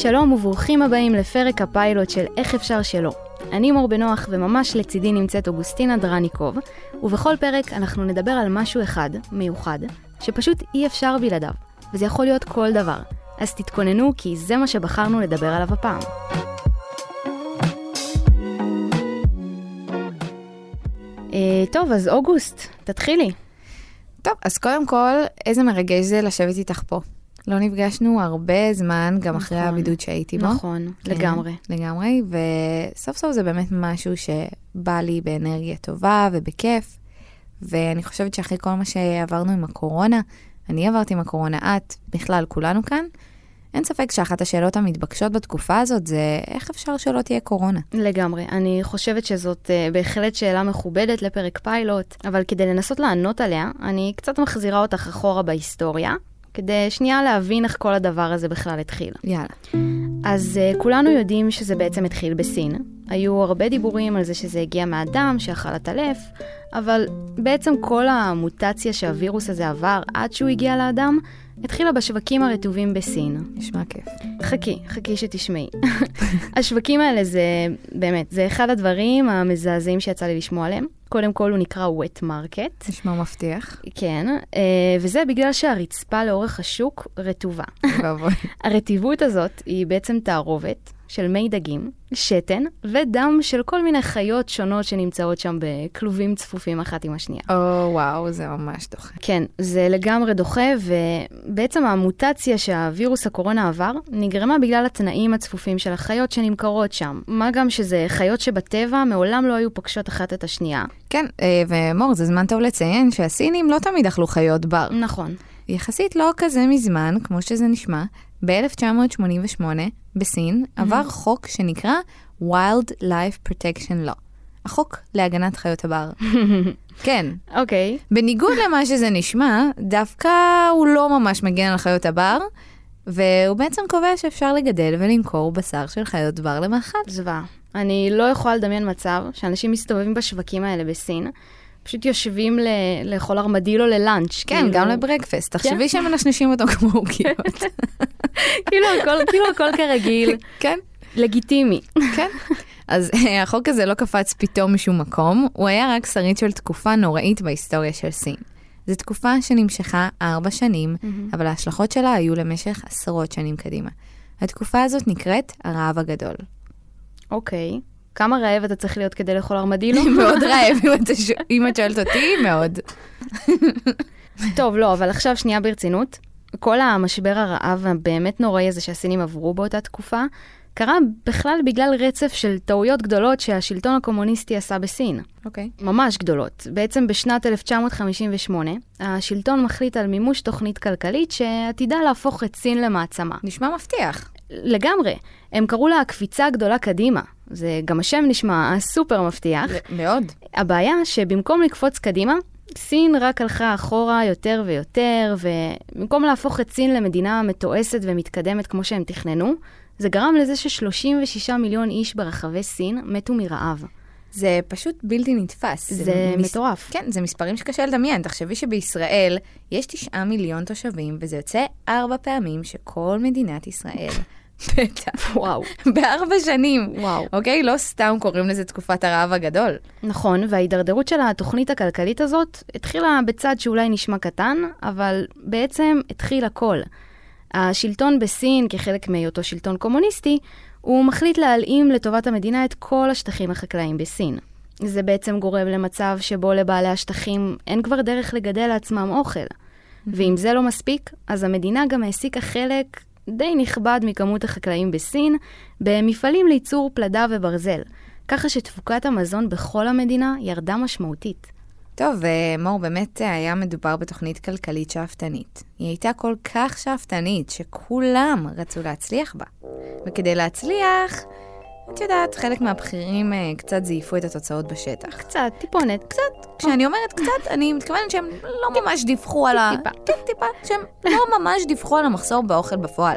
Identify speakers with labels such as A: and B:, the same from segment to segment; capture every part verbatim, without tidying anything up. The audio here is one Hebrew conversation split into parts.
A: שלום וברוכים הבאים לפרק הפיילוט של איך אפשר שלא. אני מור בנוח וממש לצידי נמצאת אוגוסטינה דרניקוב, ובכל פרק אנחנו נדבר על משהו אחד, מיוחד, שפשוט אי אפשר בלעדיו, וזה יכול להיות כל דבר. אז תתכוננו כי זה מה שבחרנו לדבר עליו הפעם. אה, טוב, אז אוגוסט, תתחילי.
B: טוב, אז קודם כל, איזה מרגש זה לשבת איתך פה. לא נפגשנו הרבה זמן, גם אחרי הבידוד שהייתי בו.
A: נכון, לגמרי.
B: לגמרי, וסוף סוף זה באמת משהו שבא לי באנרגיה טובה ובכיף, ואני חושבת שאחרי כל מה שעברנו עם הקורונה, אני עברתי עם הקורונה, את, בכלל, כולנו כאן, אין ספק שאחת השאלות המתבקשות בתקופה הזאת זה איך אפשר שלא תהיה קורונה.
A: לגמרי. אני חושבת שזאת uh, בהחלט שאלה מכובדת לפרק פיילוט, אבל כדי לנסות לענות עליה, אני קצת מחזירה אותך אחורה בהיסטוריה, כדי שנייה להבין איך כל הדבר הזה בכלל התחיל.
B: יאללה.
A: אז uh, כולנו יודעים שזה בעצם התחיל בסין. היו הרבה דיבורים על זה שזה הגיע מהאדם שאכל את הטלף, אבל בעצם כל המוטציה שהווירוס הזה עבר עד שהוא הגיע לאדם, התחילה בשווקים הרטובים בסין.
B: נשמע כיף.
A: חכי, חכי שתשמעי. השווקים האלה זה, באמת, זה אחד הדברים המזעזעים שיצא לי לשמוע עליהם. קודם כל הוא נקרא wet market.
B: נשמע מבטיח.
A: כן, וזה בגלל שהרצפה לאורך השוק רטובה.
B: בבוי.
A: הרטיבות הזאת היא בעצם תערובת של מי דגים, שתן ודם של כל מיני חיות שונות שנמצאות שם בכלובים צפופים אחת עם השנייה.
B: או, וואו, זה ממש דוחה.
A: כן, זה לגמרי דוחה, ובעצם המוטציה שהווירוס הקורונה עבר נגרמה בגלל התנאים הצפופים של החיות שנמכרות שם. מה גם שזה חיות שבטבע מעולם לא היו פוגשות אחת את השנייה.
B: כן, ומור, זה זמן טוב לציין שהסינים לא תמיד אכלו חיות בר.
A: נכון.
B: יחסית לא כזה מזמן, כמו שזה נשמע, ב-אלף תשע מאות שמונים ושמונה בסין עבר חוק שנקרא Wildlife Protection Law. החוק להגנת חיות הבר. כן.
A: אוקיי.
B: בניגוד למה שזה נשמע, דווקא הוא לא ממש מגן על חיות הבר, והוא בעצם קובע שאפשר לגדל ולמכור בשר של חיות בר למאכל.
A: זוועה. אני לא יכולה לדמיין מצב שאנשים מסתובבים בשווקים האלה בסין, פשוט יושבים ל- לאכול ארמדילו ללאנץ'.
B: כן, גם לברקפסט. תחשבי שהם מנשנשים אותו כמו עוגיות.
A: כאילו הכל, כאילו הכל כרגיל.
B: כן.
A: לגיטימי.
B: כן. אז החוק הזה לא קפץ פתאום משום מקום, הוא היה רק שריד של תקופה נוראית בהיסטוריה של סין. זו תקופה שנמשכה ארבע שנים, אבל ההשלכות שלה היו למשך עשרות שנים קדימה. התקופה הזאת נקראת הרעב הגדול.
A: אוקיי. כמה רעב אתה צריך להיות כדי לאכול ארמדילו?
B: מאוד רעב, אם את שואלת אותי, מאוד.
A: טוב, לא, אבל עכשיו שנייה ברצינות. כל המשבר הרעב הבאמת נוראי הזה שהסינים עברו באותה תקופה, קרה בכלל בגלל רצף של טעויות גדולות שהשלטון הקומוניסטי עשה בסין.
B: אוקיי.
A: ממש גדולות. בעצם בשנת אלף תשע מאות חמישים ושמונה, השלטון מחליט על מימוש תוכנית כלכלית שעתידה להפוך את סין למעצמה.
B: נשמע מבטיח.
A: לגמרי. הם קראו לה הקפיצה הגדולה קדימה. זה גם השם נשמע סופר מבטיח.
B: מאוד.
A: הבעיה שבמקום לקפוץ קדימה, סין רק הלכה אחורה יותר ויותר, ובמקום להפוך את סין למדינה מתועסת ומתקדמת כמו שהם תכננו, זה גרם לזה ש-שלושים ושישה מיליון איש ברחבי סין מתו מרעב.
B: זה פשוט בלתי נתפס.
A: זה, זה מס... מטורף.
B: כן, זה מספרים שקשה לדמיין. תחשבי שבישראל יש תשעה מיליון תושבים, וזה יוצא ארבע פעמים שכל מדינת ישראל בטח.
A: וואו.
B: בארבע שנים.
A: וואו.
B: אוקיי? לא סתם קוראים לזה תקופת הרעב הגדול.
A: נכון, וההידרדרות של התוכנית הכלכלית הזאת התחילה בצד שאולי נשמע קטן, אבל בעצם התחיל הכל. השלטון בסין, כחלק מהיותו שלטון קומוניסטי, הוא מחליט להלאים לטובת המדינה את כל השטחים החקלאיים בסין. זה בעצם גורם למצב שבו לבעלי השטחים אין כבר דרך לגדל לעצמם אוכל. ואם זה לא מספיק, אז המדינה גם העסיקה חלק די נכבד מכמות החקלאים בסין, במפעלים לייצור פלדה וברזל, ככה שתפוקת המזון בכל המדינה ירדה משמעותית.
B: טוב, מור, באמת היה מדובר בתוכנית כלכלית שאפתנית. היא הייתה כל כך שאפתנית שכולם רצו להצליח בה. וכדי להצליח, את יודעת, חלק מהבחירים קצת זייפו את התוצאות בשטח.
A: קצת, טיפונת.
B: קצת. כשאני אומרת קצת, אני מתכוונת שהם לא ממש דיווחו על ה... טיפה. טיפה. שהם לא ממש דיווחו על המחסור באוכל בפועל.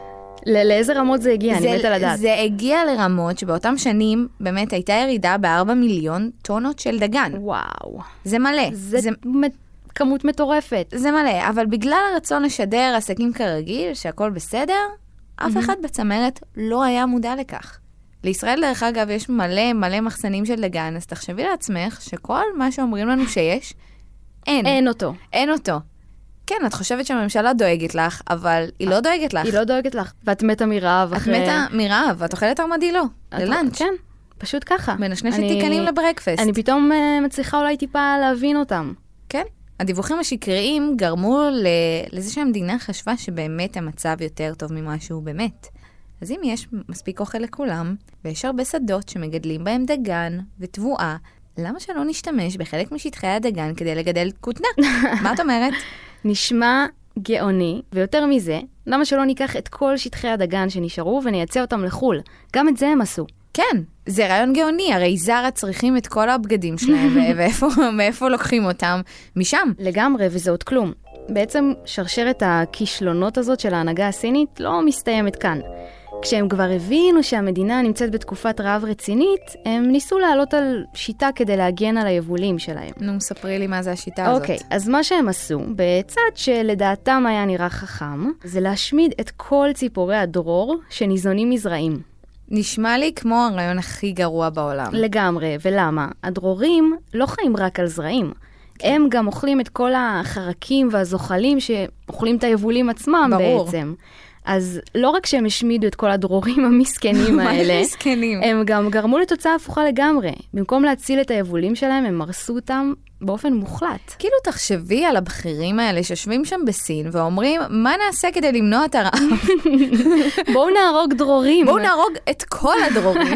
A: לאיזה רמות זה הגיע? אני מת על הדעת.
B: זה הגיע לרמות שבאותם שנים באמת הייתה ירידה בארבע מיליון טונות של דגן.
A: וואו.
B: זה מלא.
A: זה, זה... כמות מטורפת.
B: זה מלא, אבל בגלל הרצון לשדר עסקים כרגיל, שהכל בסדר, אף אחד בצמרת לא היה מודע לכך. לישראל, דרך אגב, יש מלא מלא מחסנים של דגן, אז תחשבי לעצמך שכל מה שאומרים לנו שיש, אין.
A: אין אותו.
B: אין אותו. כן, את חושבת שהממשלה דואגת לך, אבל היא לא דואגת לך.
A: היא לא דואגת לך. ואת מתה מרעב.
B: את מתה מרעב, ואת אוכלת ארמדילו, ללנץ'.
A: כן, פשוט ככה.
B: מנשנשת תיקנים לברקפסט.
A: אני פתאום מצליחה אולי טיפה להבין אותם.
B: כן. הדיווחים השקריים גרמו לזה שהמדינה חשבה שבאמת המצב יותר טוב ממה שהוא באמת. אז אם יש מספיק אוכל לכולם, ויש הרבה שדות שמגדלים בהם דגן ותבואה, למה שלא נשתמש בחלק משטחי הדגן כדי לגדל כותנה? מה את אומרת?
A: נשמע גאוני, ויותר מזה, למה שלא ניקח את כל שטחי הדגן שנשארו ונייצא אותם לחול? גם את זה הם עשו.
B: כן, זה רעיון גאוני, הרי זרה צריכים את כל הבגדים שלהם, ואיפה, מאיפה לוקחים אותם? משם.
A: לגמרי, וזה עוד כלום. בעצם שרשרת הכישלונות הזאת של ההנהגה הסינית לא מסתיימת כאן. כשהם כבר הבינו שהמדינה נמצאת בתקופת רעב רצינית, הם ניסו לעלות על שיטה כדי להגן על היבולים שלהם.
B: נו, ספרי לי מה זה השיטה הזאת.
A: אוקיי, אז מה שהם עשו, בצד שלדעתם היה נראה חכם, זה להשמיד את כל ציפורי הדרור שניזונים מזרעים.
B: נשמע לי כמו הרעיון הכי גרוע בעולם.
A: לגמרי, ולמה? הדרורים לא חיים רק על זרעים. הם גם אוכלים את כל החרקים והזוחלים שאוכלים את היבולים עצמם
B: ברור.
A: בעצם. אז לא רק שהם השמידו את כל הדרורים המסכנים האלה,
B: מסכנים.
A: הם גם גרמו לתוצאה הפוכה לגמרי. במקום להציל את היבולים שלהם, הם מרסו אותם באופן מוחלט.
B: כאילו תחשבי על הבכירים האלה שיושבים שם בסין ואומרים, מה נעשה כדי למנוע את הרעב?
A: בואו נהרוג דרורים.
B: בואו נהרוג את כל הדרורים.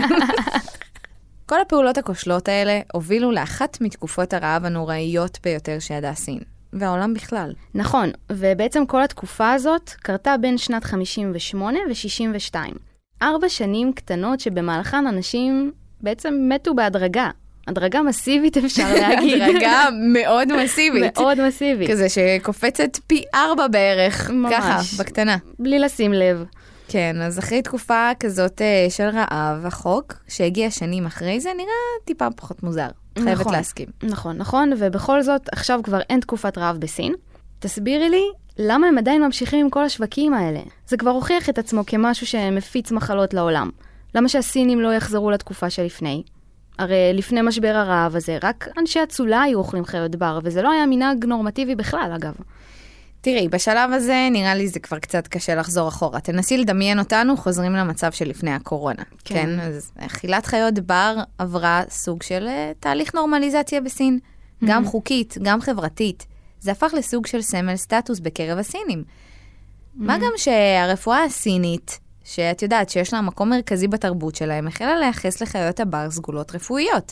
B: כל הפעולות הכושלות האלה הובילו לאחת מתקופות הרעב הנוראיות ביותר שידעה סין. והעולם בכלל.
A: נכון, ובעצם כל התקופה הזאת קרתה בין שנת חמישים ושמונה ו-שישים ושתיים. ארבע שנים קטנות שבמהלכן אנשים בעצם מתו בהדרגה. הדרגה מסיבית אפשר להגיד.
B: הדרגה מאוד מסיבית.
A: מאוד מסיבית.
B: כזה שקופצת פי ארבע בערך.
A: ממש.
B: ככה, בקטנה.
A: בלי לשים לב.
B: כן, אז אחרי תקופה כזאת של רעב, החוק שהגיע שנים אחרי זה נראה טיפה פחות מוזר. חייבת
A: נכון,
B: להסכים.
A: נכון, נכון, ובכל זאת, עכשיו כבר אין תקופת רעב בסין. תסבירי לי, למה הם עדיין ממשיכים עם כל השווקים האלה? זה כבר הוכיח את עצמו כמשהו שמפיץ מחלות לעולם. למה שהסינים לא יחזרו לתקופה שלפני? הרי לפני משבר הרעב הזה, רק אנשי הצולה היו אוכלים חיות בר, וזה לא היה מנהג נורמטיבי בכלל, אגב.
B: תראי, בשלב הזה נראה לי זה כבר קצת קשה לחזור אחורה. תנסי לדמיין אותנו, חוזרים למצב של לפני הקורונה.
A: כן.
B: כן, אז אכילת חיות בר עברה סוג של תהליך נורמליזציה בסין. גם חוקית, גם חברתית. זה הפך לסוג של סמל סטטוס בקרב הסינים. מה גם שהרפואה הסינית, שאת יודעת שיש לה מקום מרכזי בתרבות שלהם, החלה לייחס לחיות הבר סגולות רפואיות.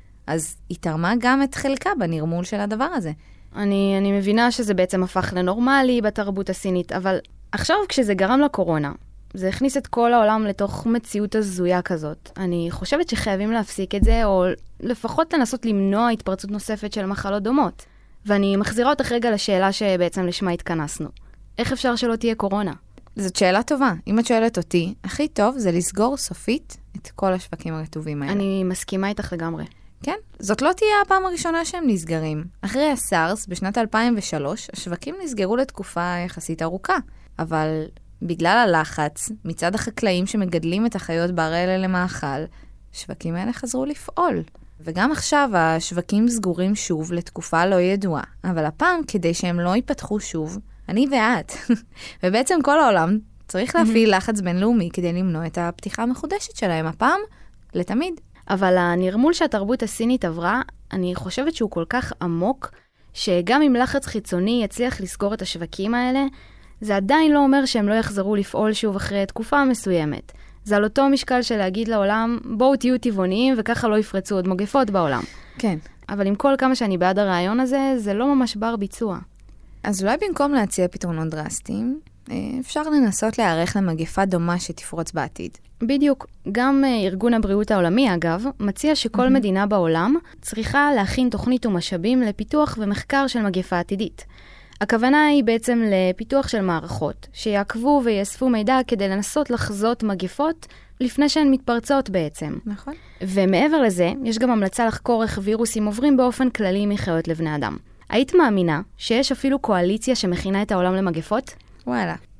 B: אז היא תרמה גם את חלקה בנרמול של הדבר הזה.
A: אני, אני מבינה שזה בעצם הפך לנורמלי בתרבות הסינית, אבל עכשיו כשזה גרם לקורונה, זה הכניס את כל העולם לתוך מציאות הזויה כזאת. אני חושבת שחייבים להפסיק את זה, או לפחות לנסות למנוע התפרצות נוספת של מחלות דומות. ואני מחזירה אותך רגע לשאלה שבעצם לשמה התכנסנו. איך אפשר שלא תהיה קורונה?
B: זאת שאלה טובה. אם את שואלת אותי, הכי טוב זה לסגור סופית את כל השווקים הרטובים האלה.
A: אני מסכימה איתך לגמרי.
B: כן, זאת לא תהיה הפעם הראשונה שהם נסגרים. אחרי הסארס, בשנת אלפיים ושלוש, השווקים נסגרו לתקופה יחסית ארוכה. אבל בגלל הלחץ, מצד החקלאים שמגדלים את החיות בר האלה למאכל, השווקים האלה חזרו לפעול. וגם עכשיו השווקים סגורים שוב לתקופה לא ידועה. אבל הפעם, כדי שהם לא ייפתחו שוב, אני ואת, ובעצם כל העולם, צריך להפעיל לחץ בינלאומי כדי למנוע את הפתיחה המחודשת שלהם. הפעם, לתמיד.
A: אבל הנרמול שהתרבות הסינית עברה, אני חושבת שהוא כל כך עמוק, שגם אם לחץ חיצוני יצליח לסגור את השווקים האלה, זה עדיין לא אומר שהם לא יחזרו לפעול שוב אחרי תקופה מסוימת. זה על אותו משקל של להגיד לעולם, בואו תהיו טבעוניים וככה לא יפרצו עוד מגפות בעולם.
B: כן.
A: אבל עם כל כמה שאני בעד הרעיון הזה, זה לא ממש בר ביצוע.
B: אז אולי במקום להציע פתרונות דרסטיים, אפשר לנסות להיערך למגפה דומה שתפרוץ בעתיד.
A: בדיוק. גם ארגון הבריאות העולמי, אגב, מציע שכל mm-hmm. מדינה בעולם צריכה להכין תוכנית ומשאבים לפיתוח ומחקר של מגפה עתידית. הכוונה היא בעצם לפיתוח של מערכות, שיעקבו ויאספו מידע כדי לנסות לחזות מגפות לפני שהן מתפרצות בעצם.
B: נכון.
A: ומעבר לזה, יש גם המלצה לחקור איך וירוסים עוברים באופן כללי מחיות לבני אדם. היית מאמינה שיש אפילו קואליציה שמכינה את העולם למגפות?
B: וואלה.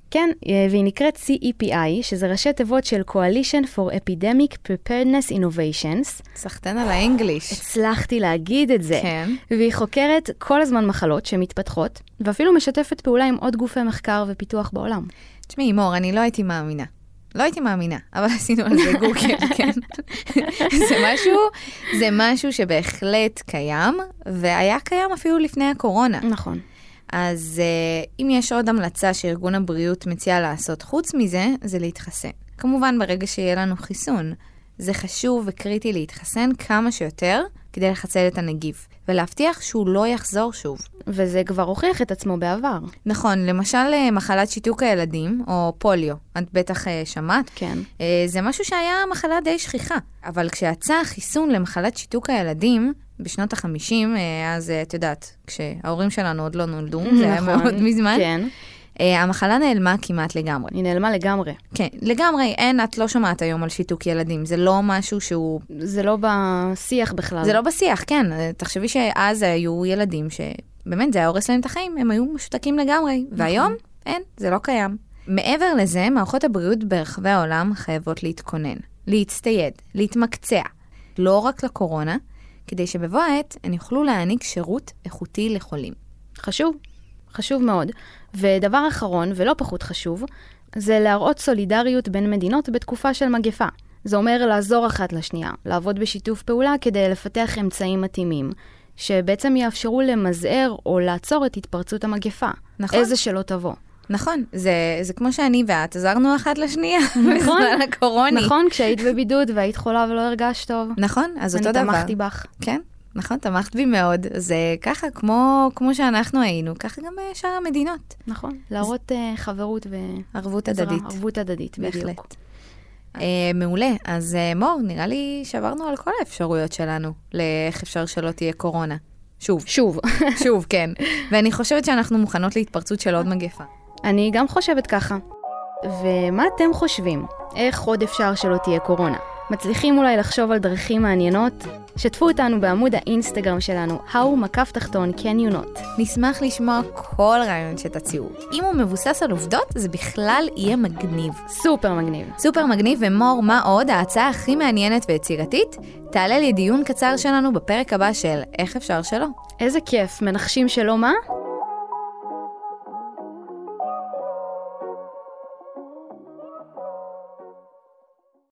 A: כן, והיא נקראת סי אי פי איי, שזה ראשי תיבות של Coalition for Epidemic Preparedness Innovations.
B: סחטן על האנגליש.
A: הצלחתי להגיד את זה.
B: כן.
A: והיא חוקרת כל הזמן מחלות שמתפתחות, ואפילו משתפת פעולה עם עוד גופי מחקר ופיתוח בעולם.
B: תשמעי, מור, אני לא הייתי מאמינה. לא הייתי מאמינה, אבל עשינו על זה גוגל, כן. זה משהו, זה משהו שבהחלט קיים, והיה קיים אפילו לפני הקורונה.
A: נכון.
B: אז אם יש עוד המלצה שארגון הבריאות מציע לעשות חוץ מזה, זה להתחסן. כמובן ברגע שיהיה לנו חיסון. זה חשוב וקריטי להתחסן כמה שיותר כדי לחסל את הנגיף, ולהבטיח שהוא לא יחזור שוב.
A: וזה כבר הוכיח את עצמו בעבר.
B: נכון, למשל מחלת שיתוק הילדים, או פוליו, את בטח שמעת.
A: כן.
B: זה משהו שהיה מחלה די שכיחה. אבל כשיצא חיסון למחלת שיתוק הילדים, בשנות ה-חמישים, אז את יודעת, כשההורים שלנו עוד לא נולדו, זה היה מאוד מזמן.
A: כן.
B: המחלה נעלמה כמעט לגמרי.
A: היא נעלמה לגמרי.
B: כן, לגמרי. אין, את לא שומעת היום על שיתוק ילדים. זה לא משהו שהוא...
A: זה לא בשיח בכלל.
B: זה לא בשיח, כן. תחשבי שאז היו ילדים שבאמת זה היה הורס להם את החיים, הם היו משותקים לגמרי. והיום, אין, זה לא קיים. מעבר לזה, מערכות הבריאות ברחבי העולם חייבות להתכונן, להצטייד, להתמקצע. לא רק לקורונה, כדי שבבוא העת הן יוכלו להעניק שירות איכותי לחולים.
A: חשוב, חשוב מאוד. ודבר אחרון, ולא פחות חשוב, זה להראות סולידריות בין מדינות בתקופה של מגפה. זה אומר לעזור אחת לשנייה, לעבוד בשיתוף פעולה כדי לפתח אמצעים מתאימים, שבעצם יאפשרו למזער או לעצור את התפרצות המגפה.
B: נכון.
A: איזה שלא תבוא.
B: נכון, זה, זה כמו שאני ואת עזרנו אחת לשנייה.
A: נכון.
B: בזמן הקורוני.
A: נכון, כשהיית בבידוד והיית חולה ולא הרגשת טוב.
B: נכון, אז אותו דבר.
A: אני תמכתי בך.
B: כן, נכון, תמכת בי מאוד. זה ככה, כמו, כמו שאנחנו היינו, ככה גם שאר המדינות.
A: נכון, להראות uh, חברות ו...
B: ערבות הדדית.
A: ערבות הדדית, בדיוק.
B: בהחלט. Uh, מעולה, אז uh, מור, נראה לי שעברנו על כל האפשרויות שלנו, לאיך אפשר שלא תהיה קורונה. שוב.
A: שוב.
B: שוב, כן. ואני חושבת שאנחנו מוכנות להתפרצות של עוד מגפה.
A: אני גם חושבת ככה. ומה אתם חושבים? איך עוד אפשר שלא תהיה קורונה? מצליחים אולי לחשוב על דרכים מעניינות? שתפו אותנו בעמוד האינסטגרם שלנו, How מקף תחתון can you not.
B: נשמח לשמוע כל רעיון שתציעו. אם הוא מבוסס על עובדות, זה בכלל יהיה מגניב.
A: סופר מגניב.
B: סופר מגניב, ומור, מה עוד? ההצעה הכי מעניינת ויצירתית תעלה לי דיון קצר שלנו בפרק הבא של איך אפשר שלא.
A: איזה כיף, מנחשים שלא מה?